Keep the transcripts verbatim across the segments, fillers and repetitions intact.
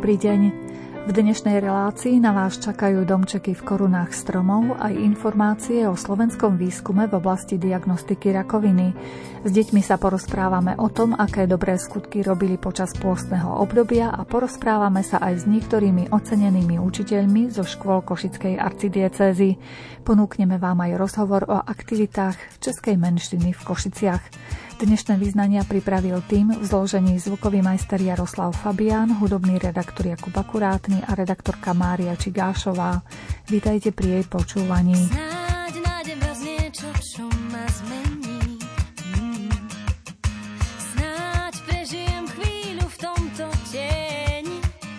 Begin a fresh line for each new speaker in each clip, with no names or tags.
dobrý deň. V dnešnej relácii na vás čakajú domčeky v korunách stromov aj informácie o slovenskom výskume v oblasti diagnostiky rakoviny. S deťmi sa porozprávame o tom, aké dobré skutky robili počas pôstneho obdobia a porozprávame sa aj s niektorými ocenenými učiteľmi zo škôl Košickej arcidiecézy. Ponúkneme vám aj rozhovor o aktivitách českej menšiny v Košiciach. Dnešné vyznania pripravil tým v zložení zvukový majster Jaroslav Fabián, hudobný redaktor Jakub Akurátny a redaktorka Mária Čigášová. Vítajte pri jej počúvaní.
Snáď nájdem raz niečo, čo ma zmení. Mm. Snáď prežijem chvíľu v tomto tieni.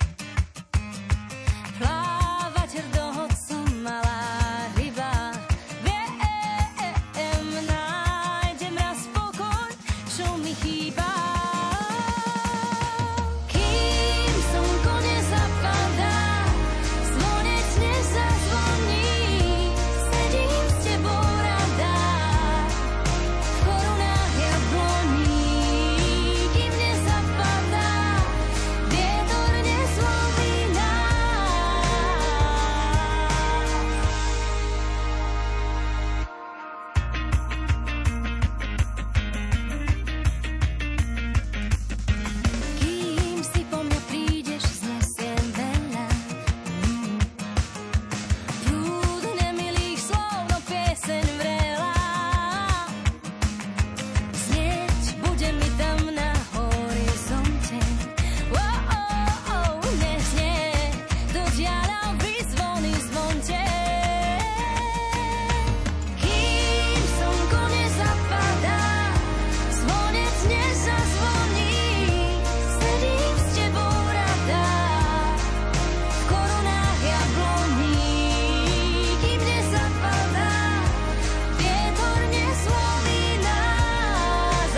Plávať hrdo, hoď som malá ryba. Viem, nájdem raz pokoj, čo mi chýba. Kým slnko nezapadá, zvonec nezazvoní, sedím s tebou rada, v korunách jabloní. Kým nezapadá, vietor nezlomí nás. Kým si po mňa prídeš, znesiem veľa. Mm. Prúd nemilých slov, no pieseň vrela. Znieť bude mi tam na horizonte. Oh, oh, oh, neznie do diaľa vyzvony zvonte. Kým slnko nezapadá, zvonec nezazvoní, sedím s tebou rada, v korunách jabloní. Kým nezapadá, vietor nezlomí nás.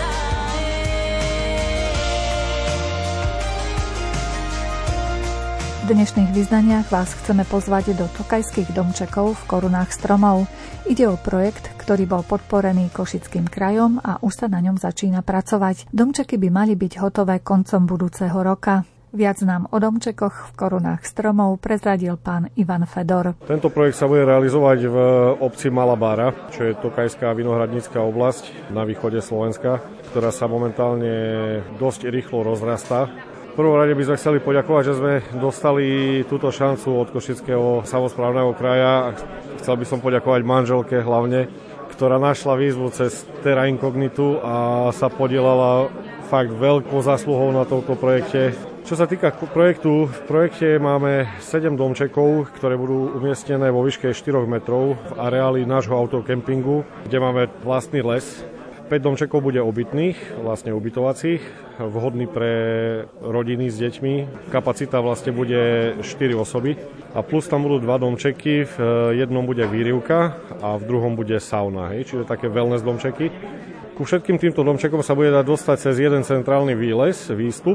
V dnešných vyznaniach vás chceme pozvať do tokajských domčekov v korunách stromov. Ide o projekt, ktorý bol podporený Košickým krajom a už sa na ňom začína pracovať. Domčeky by mali byť hotové koncom budúceho roka. Viac nám o domčekoch v korunách stromov prezradil pán Ivan Fedor.
Tento projekt sa bude realizovať v obci Malá Bára, čo je tokajská vinohradnícka oblasť na východe Slovenska, ktorá sa momentálne dosť rýchlo rozrastá. V prvom rade by sme chceli poďakovať, že sme dostali túto šancu od Košického samosprávneho kraja. Chcel by som poďakovať manželke hlavne, ktorá našla výzvu cez Terra Incognitu a sa podielala fakt veľkou zásluhou na tomto projekte. Čo sa týka projektu, v projekte máme sedem domčekov, ktoré budú umiestnené vo výške štyri metrov v areáli nášho autokempingu, kde máme vlastný les. päť domčekov bude obytných, vlastne ubytovacích, vhodný pre rodiny s deťmi. Kapacita vlastne bude štyri osoby a plus tam budú dva domčeky, v jednom bude výrivka a v druhom bude sauna, hej, čiže také wellness domčeky. Ku všetkým týmto domčekom sa bude dať dostať cez jeden centrálny výlez, výstup,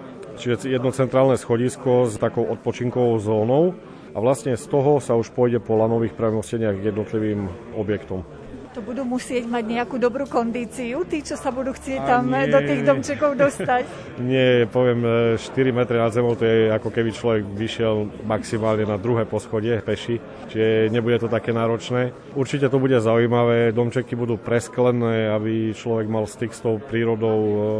čiže jedno centrálne schodisko s takou odpočinkovou zónou a vlastne z toho sa už pôjde po lanových premosteniach k jednotlivým objektom.
To budú musieť mať nejakú dobrú kondíciu, tí, čo sa budú chcieť tam nie, do tých domčekov dostať.
Nie, poviem, štyri metre nad zemou, to je ako keby človek vyšiel maximálne na druhé poschodie peši, čiže nebude to také náročné. Určite to bude zaujímavé, domčeky budú presklené, aby človek mal styk s tou prírodou.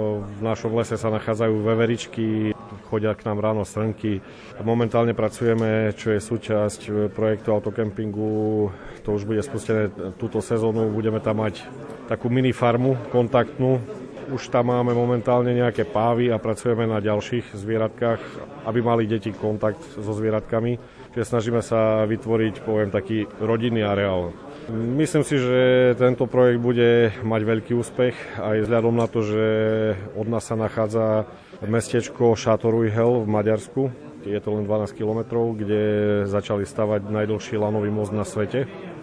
V našom lese sa nachádzajú veveričky, chodia k nám ráno srnky. Momentálne pracujeme, čo je súčasť projektu autokempingu, to už bude spustené túto sezónu. Budeme tam mať takú mini farmu kontaktnú. Už tam máme momentálne nejaké pávy a pracujeme na ďalších zvieratkách, aby mali deti kontakt so zvieratkami. Čiže snažíme sa vytvoriť, poviem, taký rodinný areál. Myslím si, že tento projekt bude mať veľký úspech aj vzhľadom na to, že od nás sa nachádza mestečko Šátorujhel v Maďarsku. Je to len dvanásť kilometrov, kde začali stavať najdlhší lanový most na svete.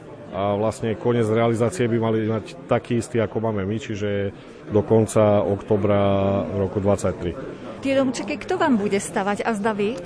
A vlastne koniec realizácie by mali mať taký istý, ako máme my, čiže do konca októbra roku dvadsaťtri.
Tie domčeky kto vám bude stavať a zda vy?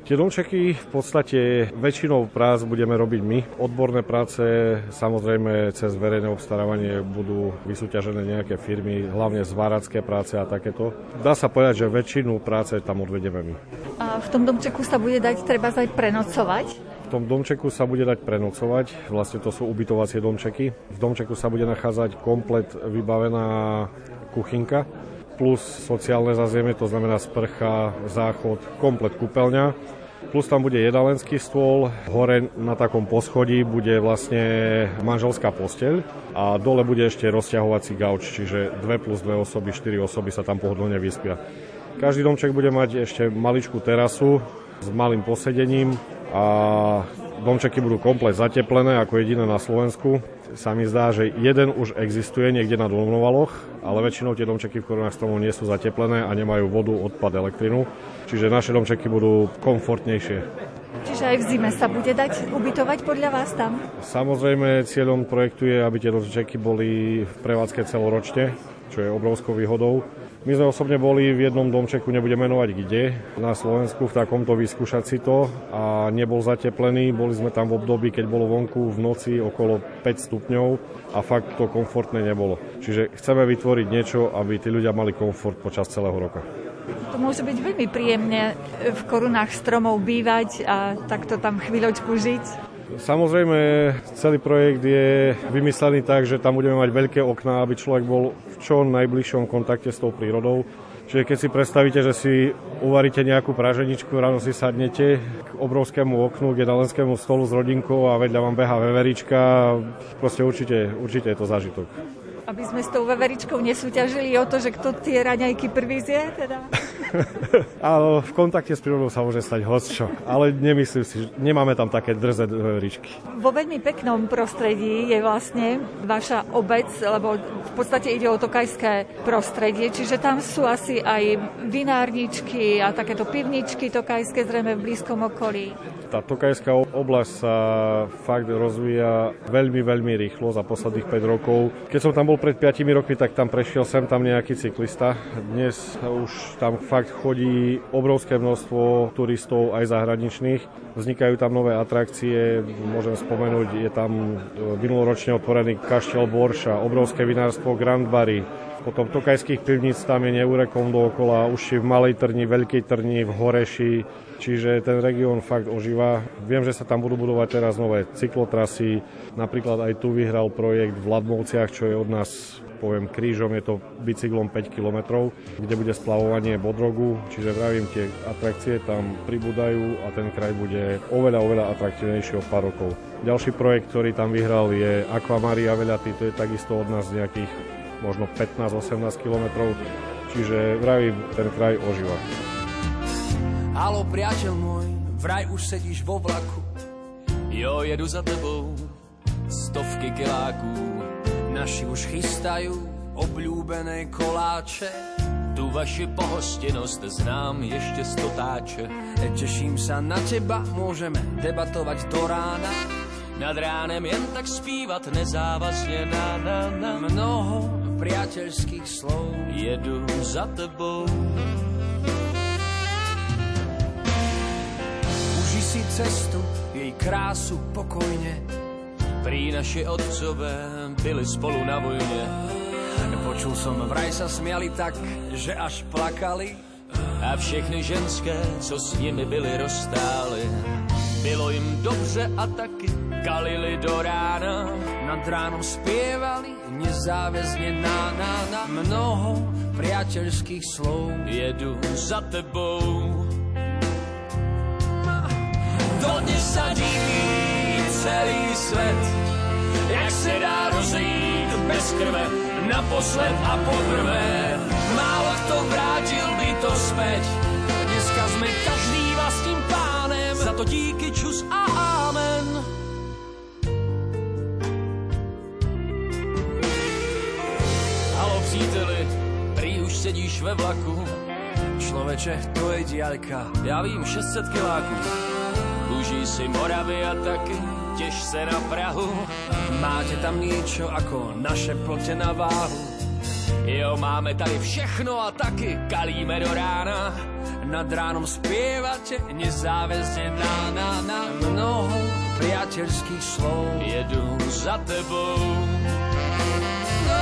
Tie domčeky v podstate väčšinou prác budeme robiť my. Odborné práce, samozrejme cez verejné obstarávanie budú vysúťažené nejaké firmy, hlavne zváracké práce a takéto. Dá sa povedať, že väčšinu práce tam odvedieme my.
A v tom domčeku sa bude dať treba aj prenocovať?
V tom domčeku sa bude dať prenocovať, vlastne to sú ubytovacie domčeky. V domčeku sa bude nachádzať komplet vybavená kuchynka, plus sociálne zázemie, to znamená sprcha, záchod, komplet kúpeľňa. Plus tam bude jedalenský stôl, hore na takom poschodí bude vlastne manželská posteľ a dole bude ešte rozťahovací gauč, čiže dve plus dve osoby, štyri osoby sa tam pohodlne vyspia. Každý domček bude mať ešte maličkú terasu s malým posedením a domčeky budú komplet zateplené ako jediné na Slovensku. Sa mi zdá, že jeden už existuje niekde na Dolnovaloch, ale väčšinou tie domčeky v korunách stromov nie sú zateplené a nemajú vodu, odpad, elektrinu. Čiže naše domčeky budú komfortnejšie.
Čiže aj v zime sa bude dať ubytovať podľa vás tam?
Samozrejme, cieľom projektu je, aby tie domčeky boli v prevádzke celoročne, čo je obrovskou výhodou. My sme osobne boli v jednom domčeku, nebudem menovať kde, na Slovensku v takomto vyskúšať si to a nebol zateplený. Boli sme tam v období, keď bolo vonku v noci okolo päť stupňov a fakt to komfortné nebolo. Čiže chceme vytvoriť niečo, aby tí ľudia mali komfort počas celého roka.
To môže byť veľmi príjemne v korunách stromov bývať a takto tam chvíľočku žiť.
Samozrejme, celý projekt je vymyslený tak, že tam budeme mať veľké okná, aby človek bol v čo najbližšom kontakte s tou prírodou. Čiže keď si predstavíte, že si uvaríte nejakú praženičku, ráno si sadnete k obrovskému oknu, k jedálenskému stolu s rodinkou a vedľa vám behá veverička, proste určite, určite je to zážitok.
Aby sme s tou veveričkou nesúťažili o to, že kto tie raňajky prvý zje, teda?
Áno, v kontakte s prírodou sa môže stať hocčo, ale nemyslím si, že nemáme tam také drze veveričky.
Vo veľmi peknom prostredí je vlastne vaša obec, lebo v podstate ide o tokajské prostredie, čiže tam sú asi aj vinárničky a takéto pivničky tokajské zrejme v blízkom okolí.
Tá tokajská oblasť sa fakt rozvíja veľmi, veľmi rýchlo za posledných päť rokov. Keď som tam bol pred piatimi rokmi, tak tam prešiel sem tam nejaký cyklista. Dnes už tam fakt chodí obrovské množstvo turistov aj zahraničných. Vznikajú tam nové atrakcie, môžem spomenúť, je tam minuloročne otvorený kaštiel Borša, obrovské vinárstvo Grand Bary. Potom tokajských pivníc tam je neúrekom dookola, už je v Malej Trni, Veľkej Trni, v Horeši, čiže ten región fakt ožíva. Viem, že sa tam budú budovať teraz nové cyklotrasy, napríklad aj tu vyhral projekt v Ladmovciach, čo je od nás, poviem, krížom, je to bicyklom päť kilometrov, kde bude splavovanie bodrogu, čiže vravím, tie atrakcie tam pribúdajú a ten kraj bude oveľa, oveľa atraktívnejší o pár rokov. Ďalší projekt, ktorý tam vyhral, je Aquamaria Veľaty, to je takisto od nás nejakých možno pätnásť osemnásť kilometrov, čiže vravím, ten kraj ožíva.
Haló, priateľ môj, vraj už sedíš vo vlaku. Jo, jedu za tebou, stovky kiláků. Naši už chystajú obľúbené koláče. Tu vaši pohostinnosť znám ešte z totáče. Teším sa na teba, môžeme debatovať do rána. Nad ránem jen tak spívať nezávazne na, na, na. Mnoho priateľských slov jedu za tebou. Uži si cestu, jej krásu pokojne. Prý naši otcové byli spolu na vojne. Počul som, vraj sa smiali tak, že až plakali. A všechny ženské, co s nimi byli, rozstáli. Bylo jim dobře a taky kalili do rána. Nad ránom spievali nezáväzne na, na, na. Mnoho priateľských slov jedu za tebou. Dodnes sa diví celý svet, jak se dá rozejít bez krve, naposled a poprvé. Málo kto vrátil by to späť, dneska sme každý vlastním pánem, za to díky, čus a amen. Haló příteli, prý už sedíš ve vlaku. Človeče, to je diaľka, ja vím, šesť set kiláků. Užij si Moravy a taky teš se na Prahu. Máte tam niečo ako naše plote na váhu? Jo, máme tady všechno a taky kalíme do rána. nad ránom spievate nezáväzne na, na, na mnoho priateľských slov jedu za tebou. No,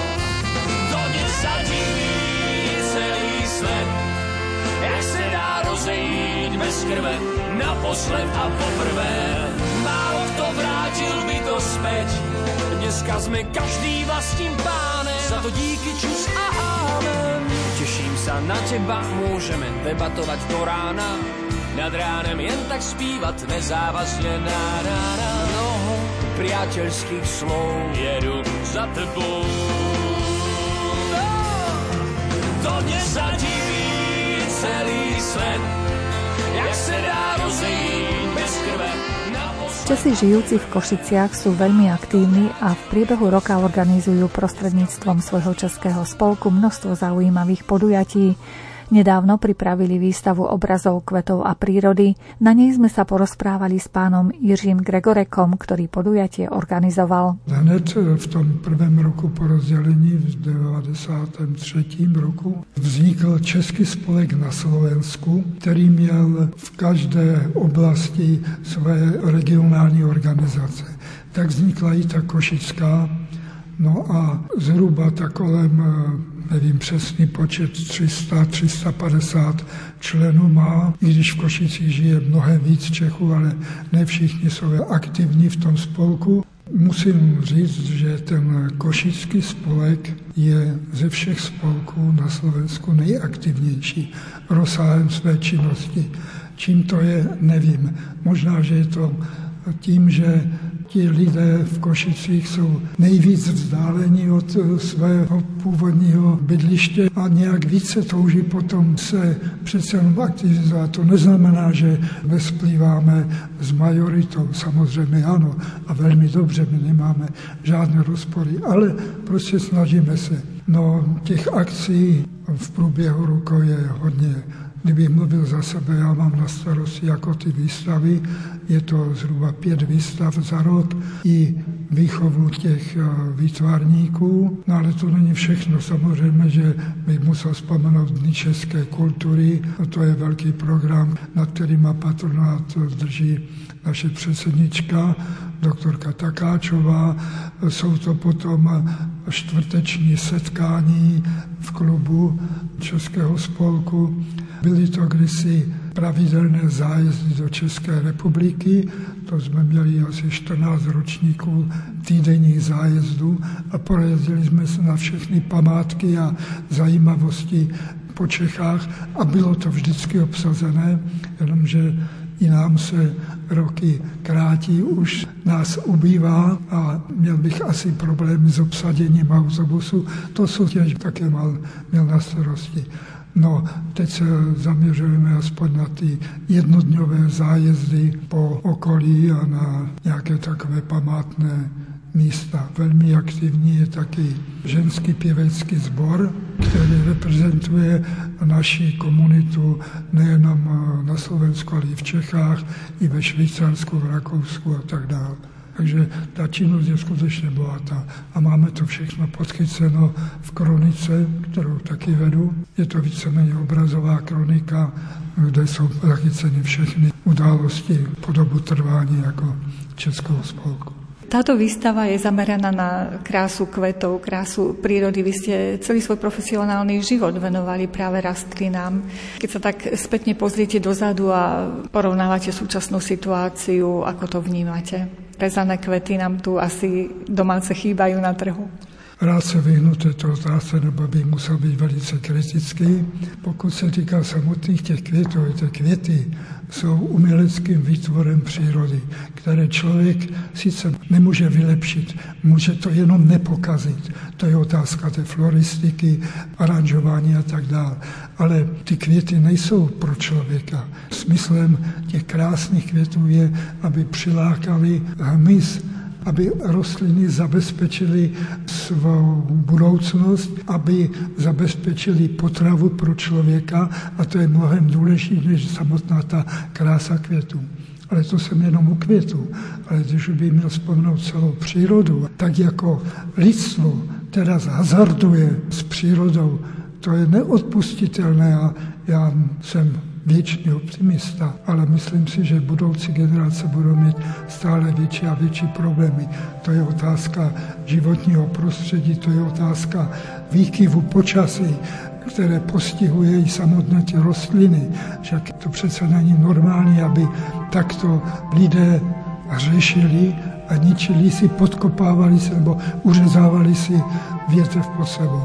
to nezadiví celý svet, jak se dá rozejít bez krve, naposled a poprvé. Málo kto vrátil by to späť, dneska sme každý vlastním pánem, za to díky čus a amen. Teším sa na teba, môžeme debatovať do rána, nad ránem jen tak spívať nezávazne na rána. Mnoho priateľských slov jedu za tebou. No, to nezadiví celý svet, jak se dá rozejít bez krve.
Česi žijúci v Košiciach sú veľmi aktívni a v priebehu roka organizujú prostredníctvom svojho českého spolku množstvo zaujímavých podujatí. Nedávno pripravili výstavu obrazov kvetov a prírody. Na nej sme sa porozprávali s pánom Jiřím Gregorekom, ktorý podujatie organizoval.
Hned v tom prvém roku po rozdělení v devadesátém třetím roku vznikl Český spolek na Slovensku, který měl v každé oblasti své regionální organizace. Tak vznikla i ta košická, no a zhruba tak kolem, nevím přesný počet, tři sta až tři sta padesát členů má, i když v Košicích žije mnohem víc Čechů, ale ne všichni jsou aktivní v tom spolku. Musím říct, že ten košický spolek je ze všech spolků na Slovensku nejaktivnější rozsahem své činnosti. Čím to je, nevím. Možná, že je to tím, že ti lidé v Košicích jsou nejvíc vzdáleni od svého původního bydliště a nějak více touží potom se přece jenom aktivizovat. To neznamená, že vesplýváme s majoritou, samozřejmě ano, a velmi dobře, my nemáme žádné rozpory, ale prostě snažíme se. No, těch akcí v průběhu roku je hodně. Kdybych mluvil za sebe, já mám na starosti jako ty výstavy, je to zhruba pět výstav za rok, i výchovu těch výtvarníků, no ale to není všechno. Samozřejmě, že bych musel vzpomenout Dny české kultury, no to je velký program, nad kterým má patronát drží naše předsednička, doktorka Takáčová. Jsou to potom čtvrteční setkání v klubu Českého spolku. Byly to kdysi pravidelné zájezdy do České republiky, to jsme měli asi čtrnáct ročníků týdenních zájezdů a projezdili jsme se na všechny památky a zajímavosti po Čechách a bylo to vždycky obsazené, jenomže i nám se roky krátí, už nás ubývá a měl bych asi problémy s obsaděním autobusu. To soutěž také mal, měl na starosti. No, teď se zaměřujeme aspoň na ty jednodňové zájezdy po okolí a na nějaké takové památné místa. Velmi aktivní je taky ženský pěvecký sbor, který reprezentuje naši komunitu nejenom na Slovensku, ale i v Čechách, i ve Švýcarsku, v Rakousku a tak dále. Takže ta činnost je skutečně bohatá. A máme to všechno podchyceno v kronice, kterou taky vedu. Je to víceméně obrazová kronika, kde jsou zachyceny všechny události po dobu trvání jako Českého spolku.
Táto výstava je zameraná na krásu kvetov, krásu prírody. Vy ste celý svoj profesionálny život venovali práve rastlinám. Keď sa tak spätne pozriete dozadu a porovnávate súčasnú situáciu, ako to vnímate? Rezané kvety nám tu asi domáce chýbajú na trhu.
Rád se vyhnu této otázce, nebo bych musel být velice kritický. Pokud se týká samotných těch květů, ty květy jsou uměleckým výtvorem přírody, které člověk sice nemůže vylepšit, může to jenom nepokazit. To je otázka té floristiky, aranžování a tak dále. Ale ty květy nejsou pro člověka. Smyslem těch krásných květů je, aby přilákali hmyz, aby rostliny zabezpečily svou budoucnost, aby zabezpečili potravu pro člověka a to je mnohem důležitější než samotná ta krása květů. Ale to jsem jenom u květů. Ale když bych měl vzpomenout celou přírodu, tak jako lidstvo teraz hazarduje s přírodou To je neodpustitelné a já jsem věčný optimista, ale myslím si, že budoucí generace budou mít stále větší a větší problémy. To je otázka životního prostředí, to je otázka výkyvu počasí, které postihuje i samotné ty rostliny. Však to přece není normální, aby takto lidé řešili a ničili si, podkopávali se nebo uřezávali si větev pod sebou.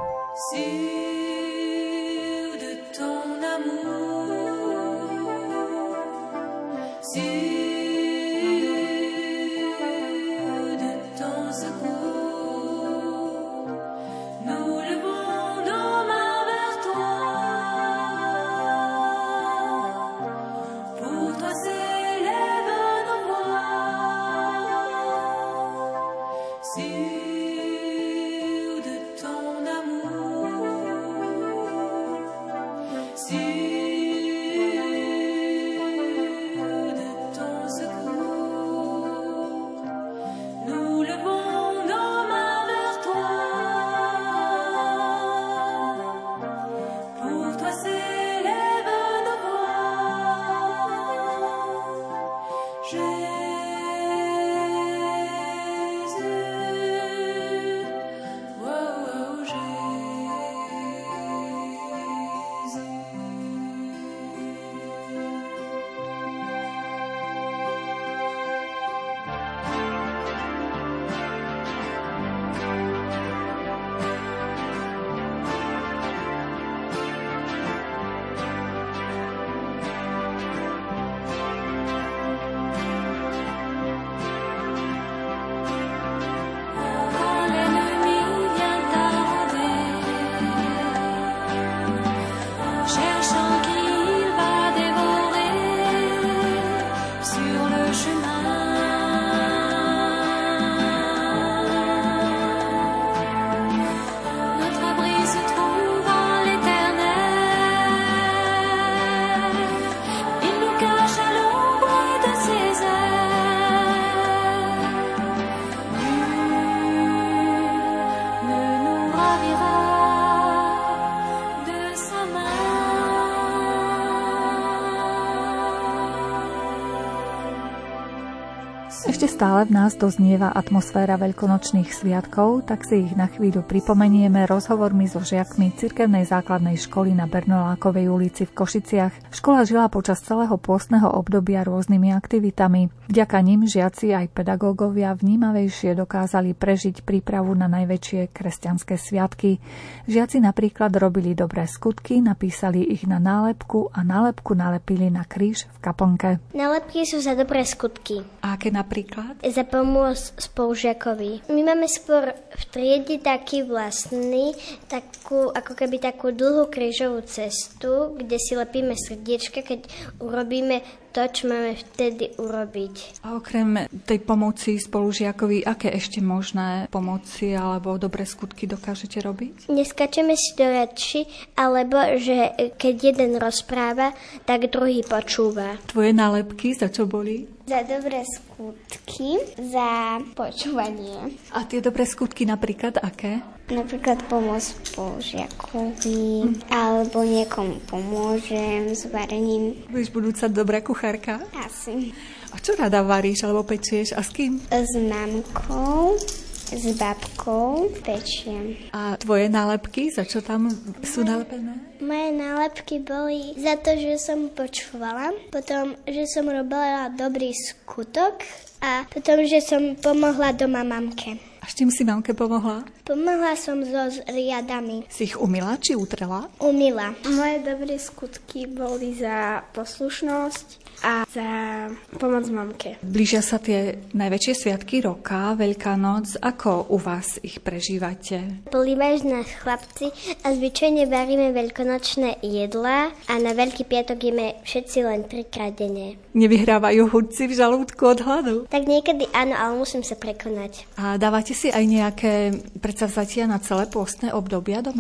Ešte stále v nás doznieva atmosféra veľkonočných sviatkov, tak si ich na chvíľu pripomenieme rozhovormi so žiakmi cirkevnej základnej školy na Bernolákovej ulici v Košiciach. Škola žila počas celého pôstneho obdobia rôznymi aktivitami. Vďaka nim žiaci aj pedagógovia vnímavejšie dokázali prežiť prípravu na najväčšie kresťanské sviatky. Žiaci napríklad robili dobré skutky, napísali ich na nálepku a nálepku nalepili na kríž v kaplnke.
Nálepky sú za dobré skutky.
A aké napríklad?
Za pomoc spolužiakovi. My máme skôr v triede taký vlastný, takú, ako keby takú dlhú krížovú cestu, kde si lepíme srdiečka, keď urobíme to, čo máme vtedy urobiť.
A okrem tej pomoci spolužiakovi, aké ešte možné pomoci alebo dobré skutky dokážete robiť?
Neskačeme si do reči, alebo že keď jeden rozpráva, tak druhý počúva.
Tvoje nálepky za čo boli?
Za dobré skutky, za počúvanie.
A tie dobré skutky napríklad aké?
Napríklad pomôcť spolužiakovi, hm. alebo niekomu pomôžem s varením.
Budeš budúca dobrá kuchárka?
Asi.
A čo rada varíš alebo pečieš a s kým?
S mamkou, s babkou pečiem.
A tvoje nálepky, za čo tam sú nalepené?
Moje nálepky boli za to, že som počúvala, potom, že som robila dobrý skutok a potom, že som pomohla doma mamke.
A s čím si mamke pomohla?
Pomohla som so riadami.
Si ich umila či utrela?
Umila. Moje dobré skutky boli za poslušnosť a za pomoc mamke.
Blížia sa tie najväčšie sviatky roka, Veľká noc. Ako u vás ich prežívate?
Polívajú nás chlapci a zvyčajne varíme veľkonočné jedlá a na Veľký piatok jeme všetci len trikrát denne.
Nevyhrávajú hudci v žalúdku od hladu?
Tak niekedy áno, ale musím sa prekonať.
A dávate si aj nejaké predsavzatia na celé pôstne obdobia doma?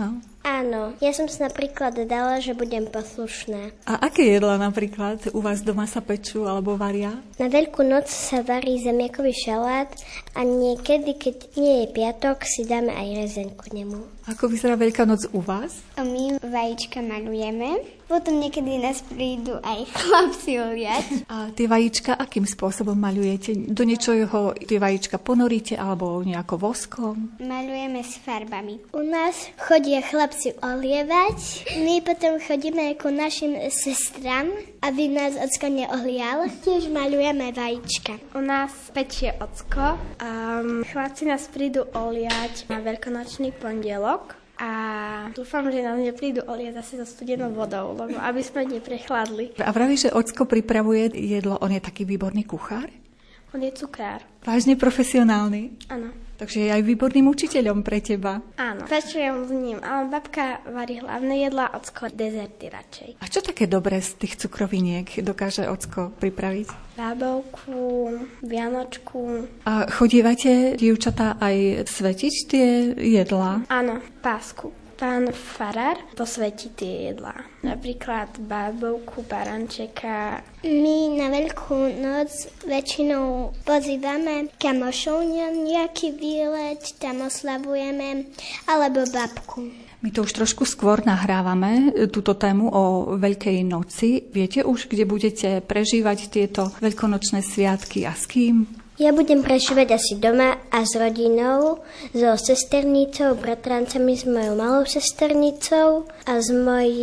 Áno, ja som si napríklad dala, že budem poslušná.
A aké jedlá napríklad u vás doma sa pečú alebo varia?
Na Veľkú noc sa varí zemiakový šalát a niekedy, keď nie je piatok, si dáme aj rezeň ku nemu.
Ako vyzerá Veľká noc u vás?
A my vajíčka malujeme. Potom niekedy nás prídu aj chlapci oliať.
A tie vajíčka akým spôsobom maľujete? Do niečoho tie vajíčka ponoríte alebo nejako voskom?
Malujeme s farbami.
U nás chodia chlapci olievať. My potom chodíme ku našim sestram, aby nás ocko neohlial. Tiež maľujeme vajíčka.
U nás pečie ocko a chlapci nás prídu oliať na veľkonočný pondelok. A dúfam, že nám neprídu oliať zase so studenou vodou, lebo aby sme neprechladli.
A vraví, že ocko pripravuje jedlo, on je taký výborný kuchár?
On je cukrár.
Vážne profesionálny?
Áno.
Takže je aj výborným učiteľom pre teba.
Áno, pečujem s ním, ale babka varí hlavné jedlá, ocko dezerty radšej.
A čo také dobré z tých cukroviniek dokáže ocko pripraviť?
Bábovku, vianočku.
A chodívate, dievčatá, aj svetiť tie jedlá?
Áno, pásku. Pán farár posvetí tie jedlá. Napríklad bábovku, barančeka.
My na Veľkú noc väčšinou pozývame kamošov na nejaký výlet, tam oslavujeme, alebo babku.
My to už trošku skôr nahrávame, túto tému o Veľkej noci. Viete už, kde budete prežívať tieto veľkonočné sviatky a s kým?
Ja budem prežívať asi doma a s rodinou, so sesternicou, bratrancami, s mojou malou sesternicou a s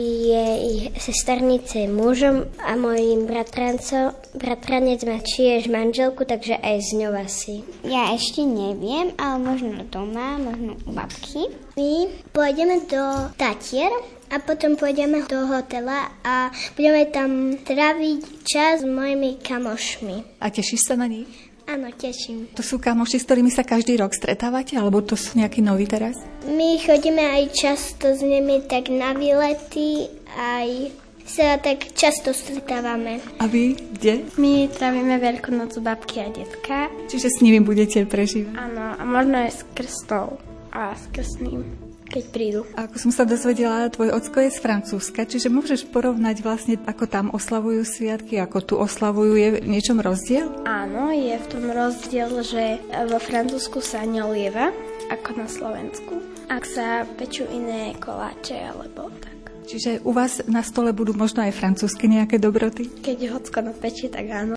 mojej sesternice mužom a mojím bratrancom. Bratranec má tiež manželku, takže aj s ňou asi.
Ja ešte neviem, ale možno doma, možno u babky.
My pôjdeme do Tatier a potom pôjdeme do hotela a budeme tam tráviť čas s mojimi kamošmi.
A tešíš sa na nich?
Áno, teším.
To sú kamoši, s ktorými sa každý rok stretávate, alebo to sú nejakí noví teraz?
My chodíme aj často s nimi tak na výlety, aj sa tak často stretávame.
A vy kde?
My trávime Veľkú noc u babky a detka.
Čiže s nimi budete prežívať?
Áno, a možno aj s krstnou a s krstným, keď prídu.
A ako som sa dozvedela, tvoj ocko je z Francúzska, čiže môžeš porovnať vlastne, ako tam oslavujú sviatky, ako tu oslavujú, je v niečom rozdiel?
Áno, je v tom rozdiel, že vo Francúzsku sa neolieva, ako na Slovensku, ak sa pečú iné koláče alebo tak.
Čiže u vás na stole budú možno aj francúzske nejaké dobroty?
Keď hocko napečie, tak áno.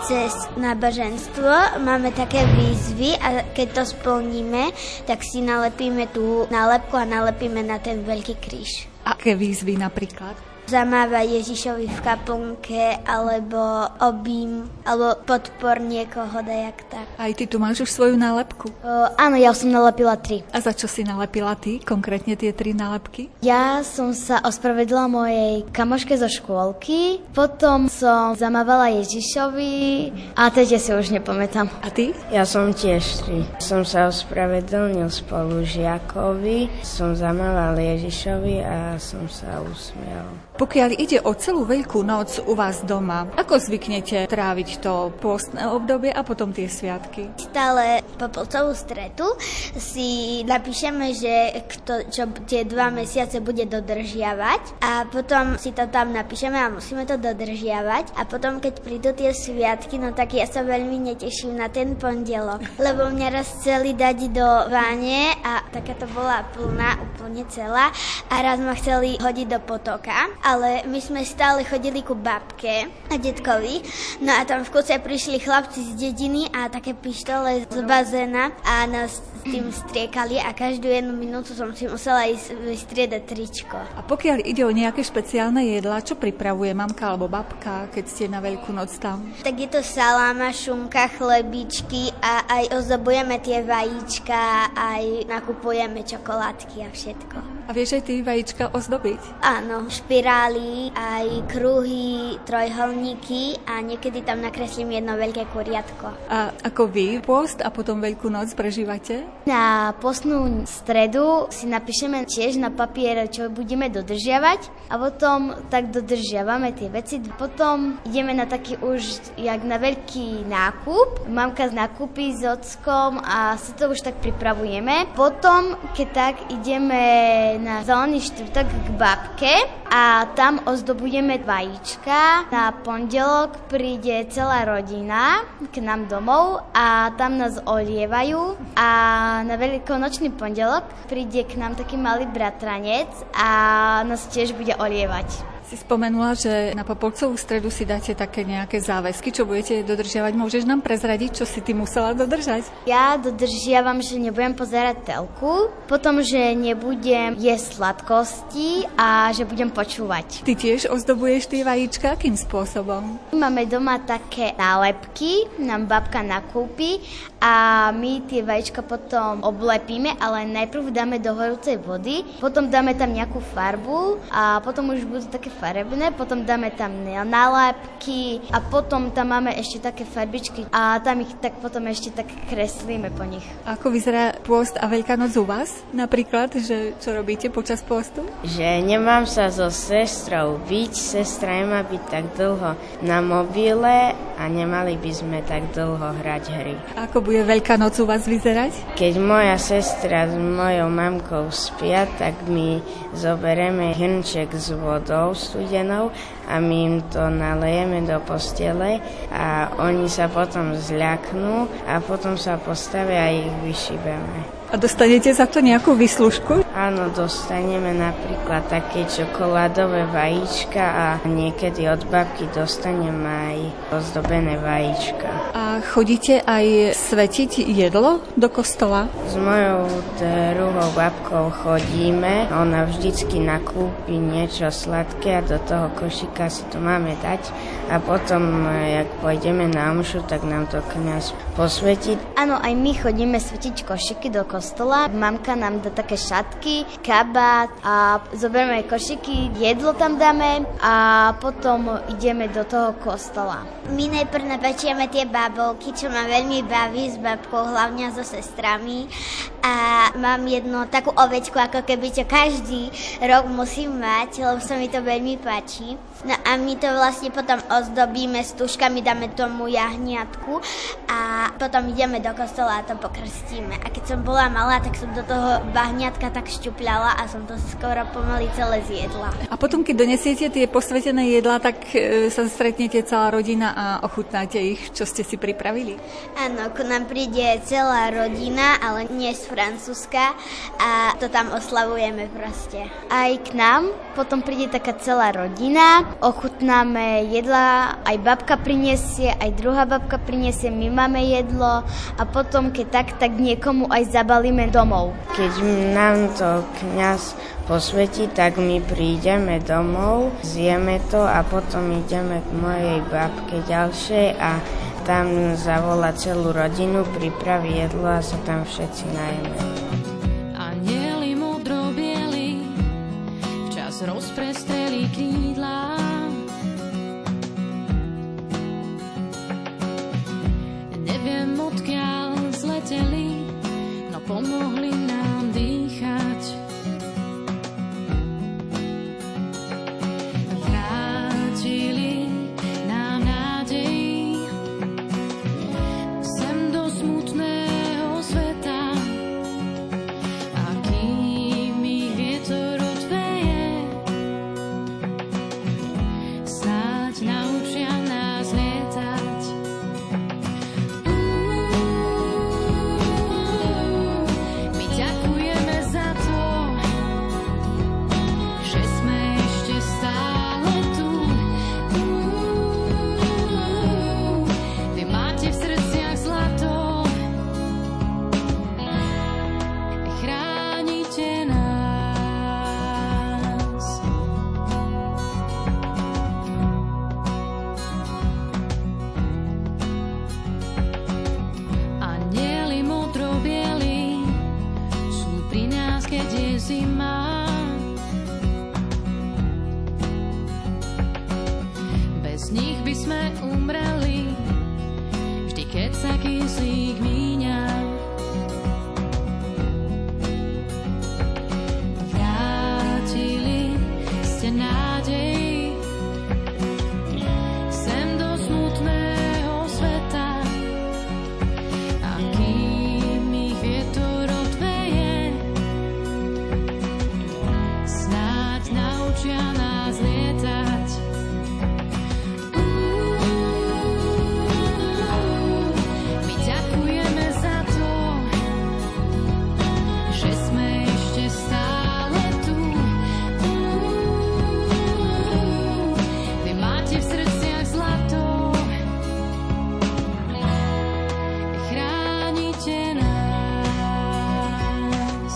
cez náboženstvo máme také výzvy a keď to splníme, tak si nalepíme tú nálepku a nalepíme na ten veľký kríž.
Aké výzvy napríklad?
Zamáva Ježišovi v kaplnke, alebo obím, alebo podpor niekoho, dajak tak.
Aj ty tu máš už svoju nálepku?
O, áno, ja som nalepila tri.
A za čo si nalepila ty, konkrétne tie tri nálepky?
Ja som sa ospravedlila mojej kamoške zo škôlky, potom som zamávala Ježišovi a teď ja si už nepamätám.
A ty?
Ja som tiež tri. Som sa ospravedlnil spolužiakovi, som zamával Ježišovi a som sa usmial.
Pokiaľ ide o celú Veľkú noc u vás doma, ako zvyknete tráviť to pôstne obdobie a potom tie sviatky?
Stále po celú stretu si napíšeme, že kto čo tie dva mesiace bude dodržiavať a potom si to tam napíšeme a musíme to dodržiavať a potom keď prídu tie sviatky, no tak ja sa veľmi neteším na ten pondelok, lebo mňa raz chceli dať do váne a taká to bola plná, úplne celá a raz ma chceli hodiť do potoka. Ale my sme stále chodili ku babke a detkovi, no a tam v kúce prišli chlapci z dediny a také pištole z bazéna a nás s tým striekali a každú jednu minútu som si musela ísť vystriedať tričko.
A pokiaľ ide o nejaké špeciálne jedlá, čo pripravuje mamka alebo babka, keď ste na Veľkú noc tam?
Tak je to saláma, šunka, chlebičky a aj ozdobujeme tie vajíčka, aj nakupujeme čokoládky a všetko.
A vieš aj ty vajíčka ozdobiť?
Áno, špirály, aj kruhy, trojholníky a niekedy tam nakreslím jedno veľké kuriatko.
A ako vy pôst a potom Veľkú noc prežívate?
Na postnú stredu si napíšeme tiež na papier, čo budeme dodržiavať a potom tak dodržiavame tie veci. Potom ideme na taký už jak na veľký nákup. Mamka nakúpi s ockom a si to už tak pripravujeme. Potom, keď tak, ideme na zelený štvrtok k babke a tam ozdobujeme vajíčka. Na pondelok príde celá rodina k nám domov a tam nás olievajú a na veľkonočný pondelok príde k nám taký malý bratranec a nás tiež bude olievať.
Si spomenula, že na Popolcovú stredu si dáte také nejaké záväzky, čo budete dodržiavať. Môžeš nám prezradiť, čo si ty musela dodržať?
Ja dodržiavam, že nebudem pozerať telku, potom, že nebudem jesť sladkosti a že budem počúvať.
Ty tiež ozdobuješ tie vajíčka? Akým spôsobom?
Máme doma také nálepky, nám babka nakúpi a my tie vajíčka potom oblepíme, ale najprv dáme do horúcej vody, potom dáme tam nejakú farbu a potom už budú také farebné, potom dáme tam nálepky a potom tam máme ešte také farbičky a tam ich tak potom ešte tak kreslíme po nich. Ako
vyzerá pôst a Veľká noc u vás? Napríklad, že čo robíte počas pôstu?
Že nemám sa so sestrou byť, sestra nemá byť tak dlho na mobile a nemali by sme tak dlho hrať hry.
Ako bude Veľká noc u vás vyzerať?
Keď moja sestra s mojou mamkou spia, tak my zoberieme hrnček s vodou studenou a my im to nalejeme do postele a oni sa potom zľaknú a potom sa postavia a ich vyšibeme.
A dostanete za to nejakú výslužku?
Áno, dostaneme napríklad také čokoládové vajíčka a niekedy od babky dostanem aj ozdobené vajíčka.
A chodíte aj svetiť jedlo do kostola?
S mojou druhou babkou chodíme. Ona vždycky nakúpi niečo sladké a do toho košíka si to máme dať. A potom, jak pôjdeme na omšu, tak nám to kňaz posvetí.
Áno, aj my chodíme svetiť košíky do kostola. Mamka nám dá také šatky, kabát a zoberieme košíky, jedlo tam dáme a potom ideme do toho kostola. My najprv napečieme tie bábovky, čo ma veľmi baví s babkou, hlavne so sestrami. A mám jednu takú ovečku, ako keby čo každý rok musím mať, lebo sa mi to veľmi páči. No a my to vlastne potom ozdobíme s tuškami, dáme tomu jahniatku a potom ideme do kostola a to pokrstíme. A keď som bola malá, tak som do toho bahniatka tak šťupľala a som to skoro pomaly celé zjedla.
A potom, keď donesiete tie posvetené jedlá, tak e, sa stretnete celá rodina a ochutnáte ich, čo ste si pripravili?
Áno, ku nám príde celá rodina, ale nie z Francúzska a to tam oslavujeme proste. Aj k nám potom príde taká celá rodina ochutnáme jedla, aj babka prinesie, aj druhá babka prinesie, my máme jedlo a potom, keď tak, tak niekomu aj zabalíme domov.
Keď nám to kňaz posvetí, tak my prídeme domov, zjeme to a potom ideme k mojej babke ďalšej a tam zavolá celú rodinu, pripraví jedlo a sa tam všetci najeme.
Anjeli modro-bieli včas rozprestreli krídla. Neviem, odkiaľ zleteli, no pomohli nám dýchať. Vrátili nám nádej sem do smutného sveta. A kým ich vietor odveje, snáď naučia nás lietať. My ďakujeme za to, že sme ešte stále tu. Vy máte v srdciach zlato, chránite nás. Anjeli modro-bieli sú pri nás, keď je zima. Bez nich by sme umreli, vždy keď sa kyslík míňa. Vrátili ste nádej sem do smutného sveta. A kým ich vietor odveje, snáď naučia nás lietať. My ďakujeme za to, že sme ešte stále tu. Vy máte v srdciach zlato, chránite nás.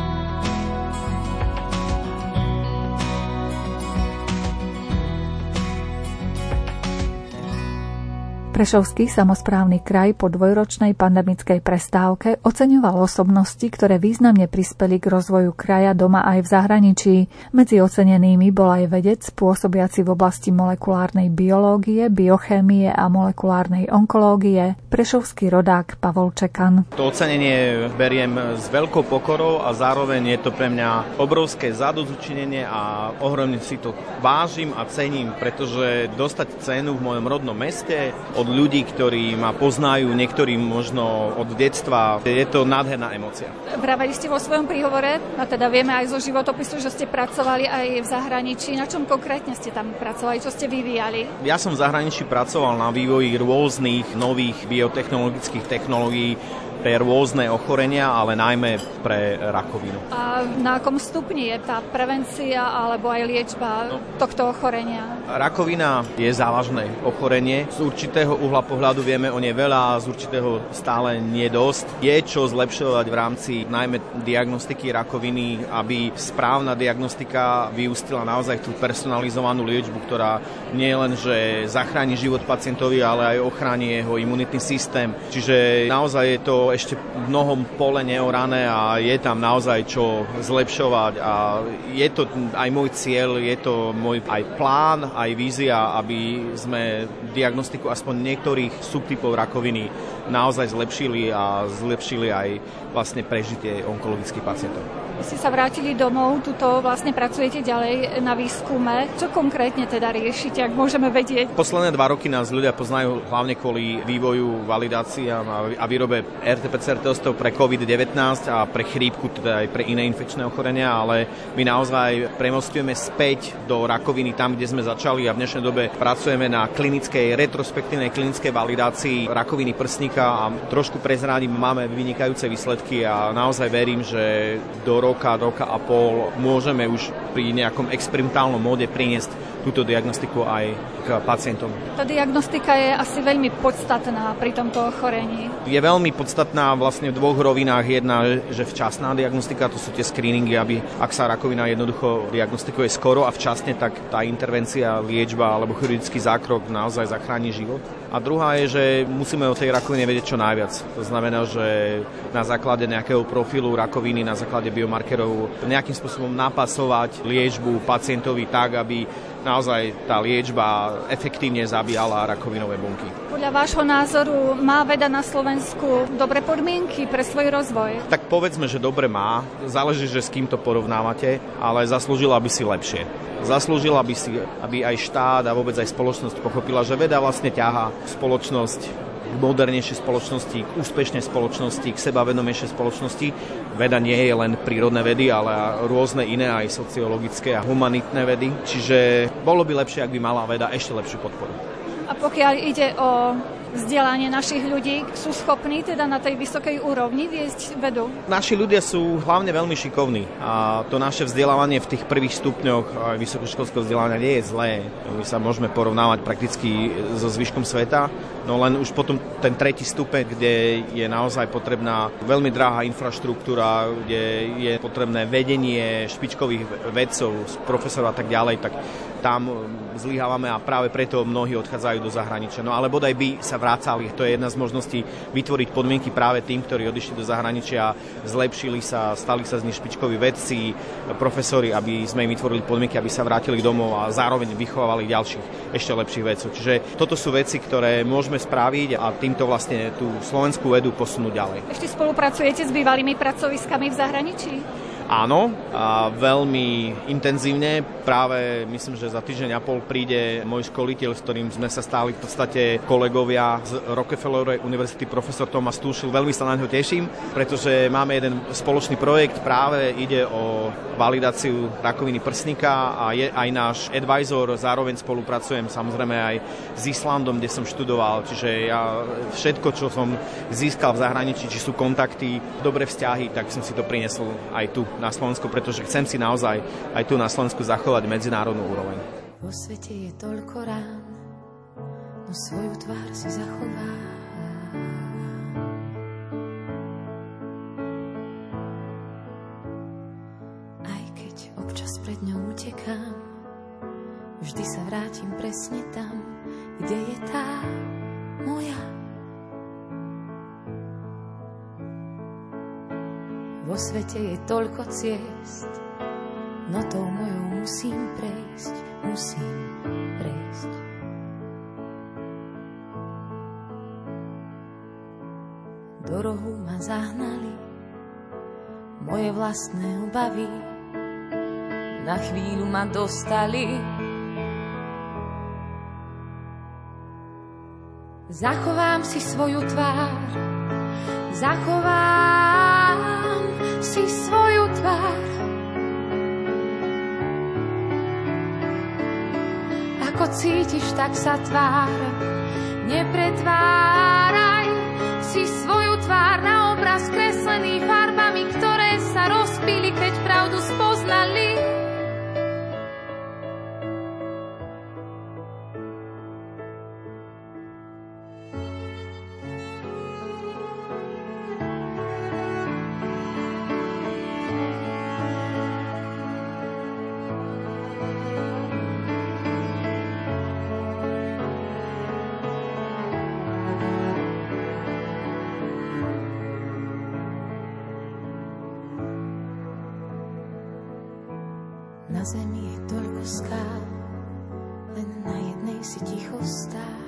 Prešovský samosprávny kraj po dvojročnej pandemickej prestávke oceňoval osobnosti, ktoré významne prispeli k rozvoju kraja doma aj v zahraničí. Medzi ocenenými bol aj vedec pôsobiaci v oblasti molekulárnej biológie, biochémie a molekulárnej onkológie, prešovský rodák Pavol Čekan.
To ocenenie beriem s veľkou pokorou a zároveň je to pre mňa obrovské zadozučinenie a ohromne si to vážim a cením, pretože dostať cenu v mojom rodnom meste od ľudí, ktorí ma poznajú, niektorí možno od detstva, je to nádherná emócia.
Vraveli ste vo svojom príhovore, a teda vieme aj zo životopisu, že ste pracovali aj v zahraničí. Na čom konkrétne ste tam pracovali, čo ste vyvíjali?
Ja som v zahraničí pracoval na vývoji rôznych nových biotechnologických technológií pre rôzne ochorenia, ale najmä pre rakovinu.
A na akom stupni je tá prevencia alebo aj liečba no. tohto ochorenia?
Rakovina je závažné ochorenie. Z určitého uhla pohľadu vieme o nej veľa, z určitého stále nie dosť. Je čo zlepšovať v rámci najmä diagnostiky rakoviny, aby správna diagnostika vyústila naozaj tú personalizovanú liečbu, ktorá nie len, že zachráni život pacientovi, ale aj ochráni jeho imunitný systém. Čiže naozaj je to ešte v mnohom pole neorané a je tam naozaj čo zlepšovať a je to aj môj cieľ, je to môj aj plán, aj vízia, aby sme diagnostiku aspoň niektorých subtypov rakoviny naozaj zlepšili a zlepšili aj vlastne prežitie onkologických pacientov.
Vy ste sa vrátili domov, tuto vlastne pracujete ďalej na výskume. Čo konkrétne teda riešite, ak môžeme vedieť?
Posledné dva roky nás ľudia poznajú hlavne kvôli vývoju, validáciám a výrobe er té pé cé er testov pre covid devätnásť a pre chrípku, teda aj pre iné infekčné ochorenia, ale my naozaj premostujeme späť do rakoviny tam, kde sme začali a v dnešnej dobe pracujeme na klinickej, retrospektívnej klinickej validácii rakoviny prsníka a trošku prezradím, máme vynikajúce výsledky a naozaj verím, že do roka, roka a pol môžeme už pri nejakom experimentálnom móde priniesť túto diagnostiku aj k pacientom.
Tá diagnostika je asi veľmi podstatná pri tomto ochorení.
Je veľmi podstatná vlastne v dvoch rovinách. Jedna, že včasná diagnostika, to sú tie screeningy, aby ak sa rakovina jednoducho diagnostikuje skoro a včasne, tak tá intervencia, liečba alebo chirurgický zákrok naozaj zachráni život. A druhá je, že musíme o tej rakovine vedieť čo najviac. To znamená, že na základe nejakého profilu rakoviny, na základe biomarkerov nejakým spôsobom napasovať liečbu pacientovi tak, aby naozaj tá liečba efektívne zabíjala rakovinové bunky.
Podľa vášho názoru má veda na Slovensku dobré podmienky pre svoj rozvoj?
Tak povedzme, že dobre má. Záleží, že s kým to porovnávate, ale zaslúžila by si lepšie. Zaslúžila by si, aby aj štát a vôbec aj spoločnosť pochopila, že veda vlastne ťahá spoločnosť k modernejšej spoločnosti, k úspešnej spoločnosti, k sebavedomejšej spoločnosti. Veda nie je len prírodné vedy, ale rôzne iné aj sociologické a humanitné vedy. Čiže bolo by lepšie, ak by mala veda ešte lepšiu podporu.
A pokiaľ ide o vzdelanie našich ľudí, sú schopní teda na tej vysokej úrovni viesť vedu? Naši
ľudia sú hlavne veľmi šikovní a to naše vzdelávanie v tých prvých stupňoch vysokoškolského vzdelávania nie je zlé. My sa môžeme porovnávať prakticky so zvyškom sveta, no len už potom ten tretí stupeň, kde je naozaj potrebná veľmi drahá infraštruktúra, kde je potrebné vedenie špičkových vedcov, profesorov a tak ďalej, tak tam zlyhávame a práve preto mnohí odchádzajú do zahraničia. No ale bodaj by sa vracali. To je jedna z možností vytvoriť podmienky práve tým, ktorí odišli do zahraničia, zlepšili sa, stali sa z nich špičkoví vedci, profesori, aby sme im vytvorili podmienky, aby sa vrátili domov a zároveň vychovávali ďalších ešte lepších vedcov. Čiže toto sú veci, ktoré môžeme spraviť a týmto vlastne tú slovenskú vedu posunúť ďalej.
Ešte spolupracujete s bývalými pracoviskami v zahraničí?
Áno, a veľmi intenzívne. Práve myslím, že za týždeň a pol príde môj školiteľ, s ktorým sme sa stáli v podstate kolegovia z Rockefellerovej univerzity, profesor Thomas Tuchel. Veľmi sa na ňo teším, pretože máme jeden spoločný projekt, práve ide o validáciu rakoviny prsníka a je aj náš advisor. Zároveň spolupracujem samozrejme aj s Islandom, kde som študoval. Čiže ja všetko, čo som získal v zahraničí, či sú kontakty, dobré vzťahy, tak som si to priniesol aj tu na Slovensku, pretože chcem si naozaj aj tu na Slovensku zachovať medzinárodnú úroveň.
Vo svete je toľko rán, no svoju tvár si zachová. Aj keď občas pred ňou utekám, vždy sa vrátim presne tam, kde je tá moja. Vo svete je toľko ciest, no tou mojou musím prejsť, musím prejsť. Do rohu ma zahnali moje vlastné obavy, na chvíľu ma dostali. Zachovám si svoju tvár, zachovám si svoju tvár. Ako cítiš, tak sa tvár, nepretváraj si svoju tvár na obraz kreslený farbami, ktoré sa rozpíli, keď pravdu spoznali. Na zemi je toľko skál, len na jednej si ticho stál.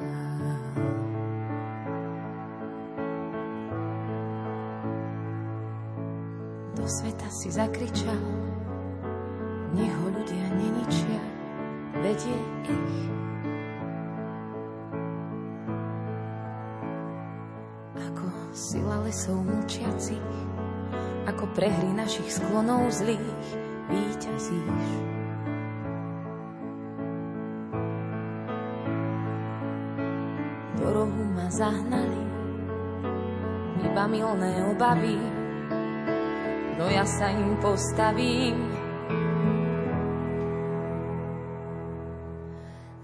Do sveta si zakričal, nech ho ľudia neničia, vedie ich. Ako sila lesov mlčiacich, ako prehry našich sklonov zlých, víťazíš. Do rohu ma zahnali iba milné obavy, no ja sa im postavím.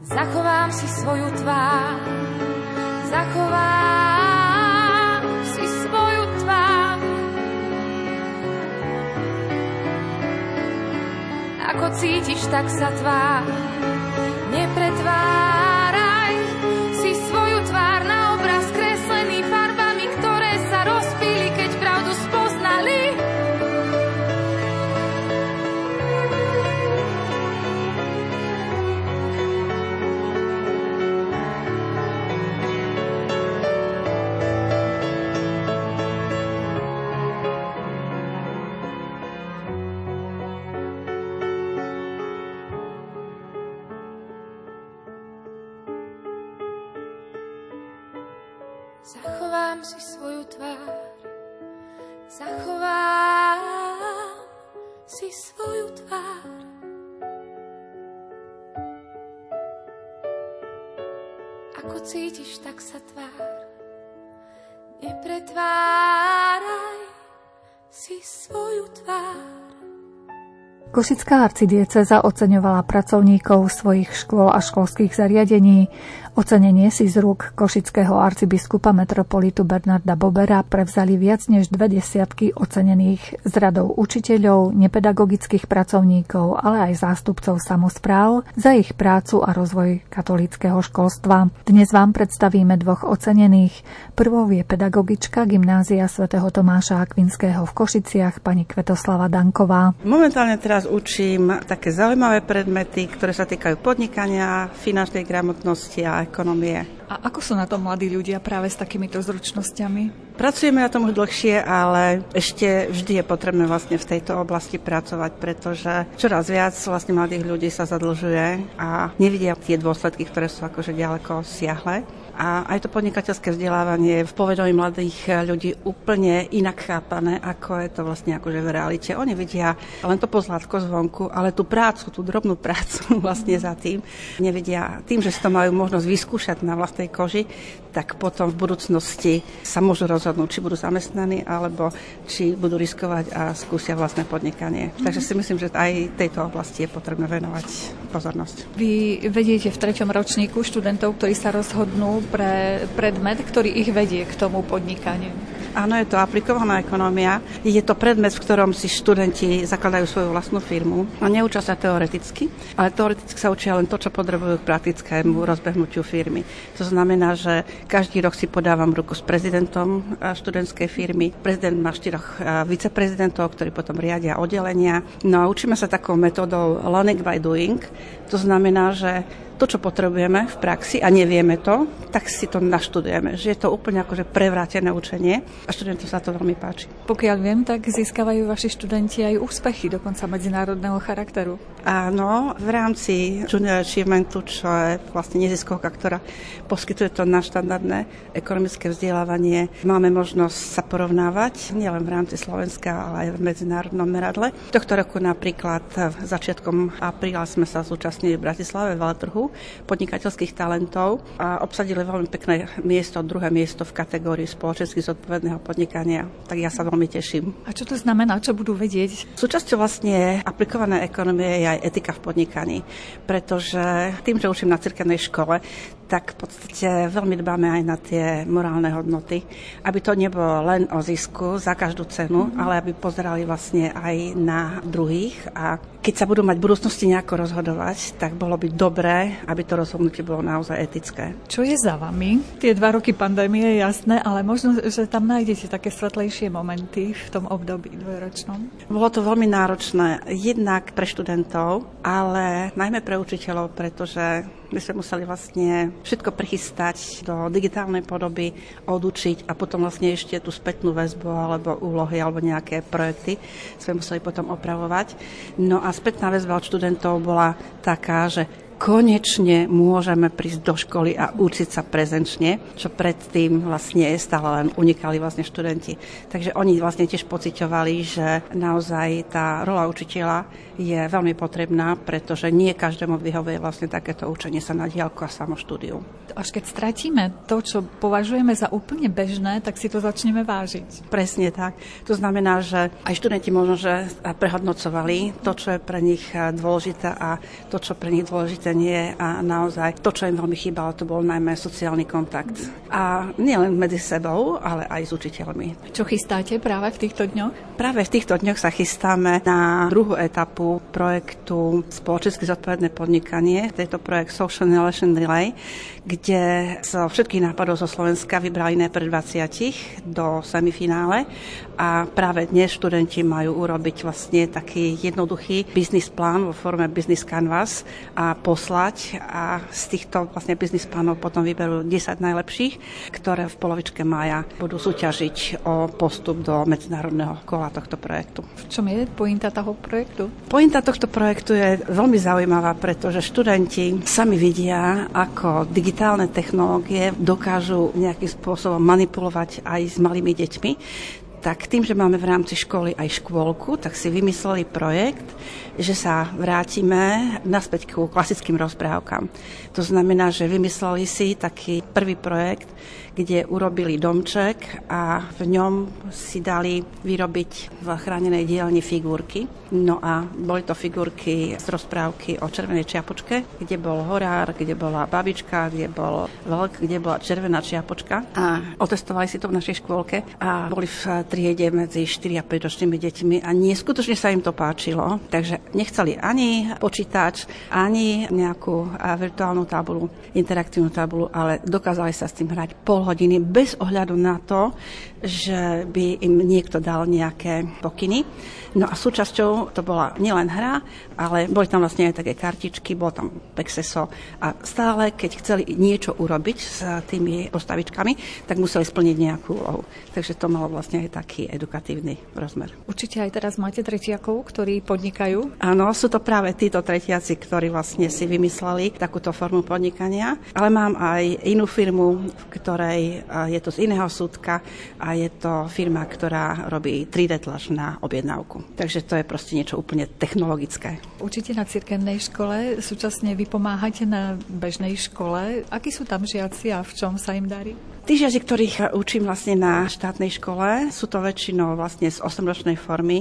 Zachovám si svoju tvár, zachovám si svoju tvár. Ako cítiš, tak sa tvár, nepretváraj si svoju tvár na obraz kreslený farbami, ktoré sa rozpíli, keď pravdu spoznali. Zachovám si svoju tvár, zachovám si svoju tvár. Ako cítiš, tak sa tvár, nepretváraj si svoju tvár.
Košická arcidiecéza oceňovala pracovníkov svojich škôl a školských zariadení. Ocenenie si z rúk košického arcibiskupa metropolitu Bernarda Bobera prevzali viac než dve desiatky ocenených z radou učiteľov, nepedagogických pracovníkov, ale aj zástupcov samospráv za ich prácu a rozvoj katolíckeho školstva. Dnes vám predstavíme dvoch ocenených. Prvou je pedagogička gymnázia svätého Tomáša Akvinského v Košiciach, pani Kvetoslava Danková.
Momentálne teraz učím také zaujímavé predmety, ktoré sa týkajú podnikania, finančnej gramotnosti a ekonomie.
A ako sú na tom mladí ľudia práve s takýmito zručnosťami?
Pracujeme na tom už dlhšie, ale ešte vždy je potrebné vlastne v tejto oblasti pracovať, pretože čoraz viac vlastne mladých ľudí sa zadlžuje a nevidia tie dôsledky, ktoré sú akože ďaleko siahle. A aj to podnikateľské vzdelávanie v povedomí mladých ľudí úplne inak chápané, ako je to vlastne akože v realite. Oni vidia len to pozlátko zvonku, ale tú prácu, tú drobnú prácu vlastne za tým nevidia. Tým, že si to majú možnosť vyskúšať na vlastnej koži, tak potom v budúcnosti sa môžu rozhodnúť, či budú zamestnaní, alebo či budú riskovať a skúsia vlastné podnikanie. Mm. Takže si myslím, že aj tejto oblasti je potrebné venovať pozornosť.
Vy vediete v treťom ročníku študentov, ktorí sa rozhodnú pre predmet, ktorý ich vedie k tomu podnikaniu.
Áno, je to aplikovaná ekonomia. Je to predmet, v ktorom si študenti zakladajú svoju vlastnú firmu a neučia sa teoreticky, ale teoreticky sa učia len to, čo potrebujú k praktickému rozbehnutiu firmy. To znamená, že každý rok si podávam ruku s prezidentom študentskej firmy. Prezident má štyroch viceprezidentov, ktorí potom riadia oddelenia. No a učíme sa takou metódou learning by doing. To znamená, že to, čo potrebujeme v praxi a nevieme to, tak si to naštudujeme. Že je to úplne akože prevrátené učenie a študentom sa to veľmi páči.
Pokiaľ viem, tak získavajú vaši študenti aj úspechy, dokonca medzinárodného charakteru.
Áno, v rámci Junior Achievementu, čo je vlastne neziskovka, ktorá poskytuje to naštandardné ekonomické vzdelávanie, máme možnosť sa porovnávať nielen v rámci Slovenska, ale aj v medzinárodnom meradle. Tohto roku napríklad začiatkom apríla sme sa zúčastnili v Bratislave v veletrhu podnikateľských talentov a obsadili veľmi pekné miesto, druhé miesto v kategórii spoločensky zodpovedného podnikania. Tak ja sa veľmi teším.
A čo to znamená? Čo budú vedieť?
Súčasťou vlastne aplikovanej ekonomie je aj etika v podnikaní, pretože tým, že učím na cirkevnej škole, tak v podstate veľmi dbáme aj na tie morálne hodnoty, aby to nebolo len o zisku za každú cenu, mm-hmm. ale aby pozerali vlastne aj na druhých a keď sa budú mať v budúcnosti nejako rozhodovať, tak bolo by dobré, aby to rozhodnutie bolo naozaj etické.
Čo je za vami? Tie dva roky pandémie je jasné, ale možno, že tam nájdete také svetlejšie momenty v tom období dvojročnom.
Bolo to veľmi náročné, jednak pre študentov, ale najmä pre učiteľov, pretože my sme museli vlastne všetko prichystať do digitálnej podoby, odučiť a potom vlastne ešte tú spätnú väzbu alebo úlohy alebo nejaké projekty sme museli potom opravovať. No a spätná väzba od študentov bola taká, že konečne môžeme prísť do školy a učiť sa prezenčne, čo predtým vlastne stále len unikali vlastne študenti. Takže oni vlastne tiež pociťovali, že naozaj tá rola učiteľa je veľmi potrebná, pretože nie každému vyhovuje vlastne takéto učenie sa na diaľku a samoštúdiu.
Až keď stratíme to, čo považujeme za úplne bežné, tak si to začneme vážiť.
Presne tak. To znamená, že aj študenti možno, že prehodnocovali to, čo je pre nich dôležité a to, čo pre nich dôležité sedenie a naozaj to, čo im veľmi chýbalo, to bol najmä sociálny kontakt. A nielen medzi sebou, ale aj s učiteľmi.
Čo chystáte práve v týchto dňoch?
Práve v týchto dňoch sa chystáme na druhú etapu projektu Spoločensky zodpovedné podnikanie. Je to projekt Social Innovation Relay, kde zo všetkých nápadov zo Slovenska vybrali najprv dvadsať do semifinále a práve dnes študenti majú urobiť vlastne taký jednoduchý biznis plán vo forme Business Canvas a poslať a z týchto vlastne biznis plánov potom vyberú desať najlepších, ktoré v polovičke mája budú súťažiť o postup do medzinárodného kola tohto projektu.
V čom je pointa toho projektu?
Pointa tohto projektu je veľmi zaujímavá, pretože študenti sami vidia, ako digitálne technológie dokážu nejakým spôsobom manipulovať aj s malými deťmi. Tak tým, že máme v rámci školy aj škôlku, tak si vymysleli projekt, že sa vrátime naspäť ku klasickým rozprávkam. To znamená, že vymysleli si taký prvý projekt, kde urobili domček a v ňom si dali vyrobiť v chránenej dielni figurky. No a boli to figurky z rozprávky o červenej čiapočke, kde bol horár, kde bola babička, kde bol vlk, kde bola červená čiapočka. A otestovali si to v našej škôlke a boli v triede medzi štyri a päť ročnými deťmi a neskutočne sa im to páčilo. Takže nechceli ani počítač, ani nejakú virtuálnu tabulu, interaktívnu tabulu, ale dokázali sa s tým hrať pol hodiny bez ohľadu na to, že by im niekto dal nejaké pokyny. No a súčasťou to bola nielen hra, ale boli tam vlastne aj také kartičky, bolo tam pexeso a stále, keď chceli niečo urobiť s tými postavičkami, tak museli splniť nejakú úlohu. Takže to malo vlastne aj taký edukatívny rozmer.
Určite aj teraz máte tretiakov, ktorí podnikajú?
Áno, sú to práve títo tretiaci, ktorí vlastne si vymysleli takúto formu podnikania, ale mám aj inú firmu, v ktorej je to z iného súdka a je to firma, ktorá robí tri dé tlač na objednávku. Takže to je proste niečo úplne technologické.
Učíte na cirkevnej škole, súčasne vy pomáhate na bežnej škole. Akí sú tam žiaci a v čom sa im darí?
Tí žiaci, ktorých učím vlastne na štátnej škole, sú to väčšinou vlastne z osemročnej formy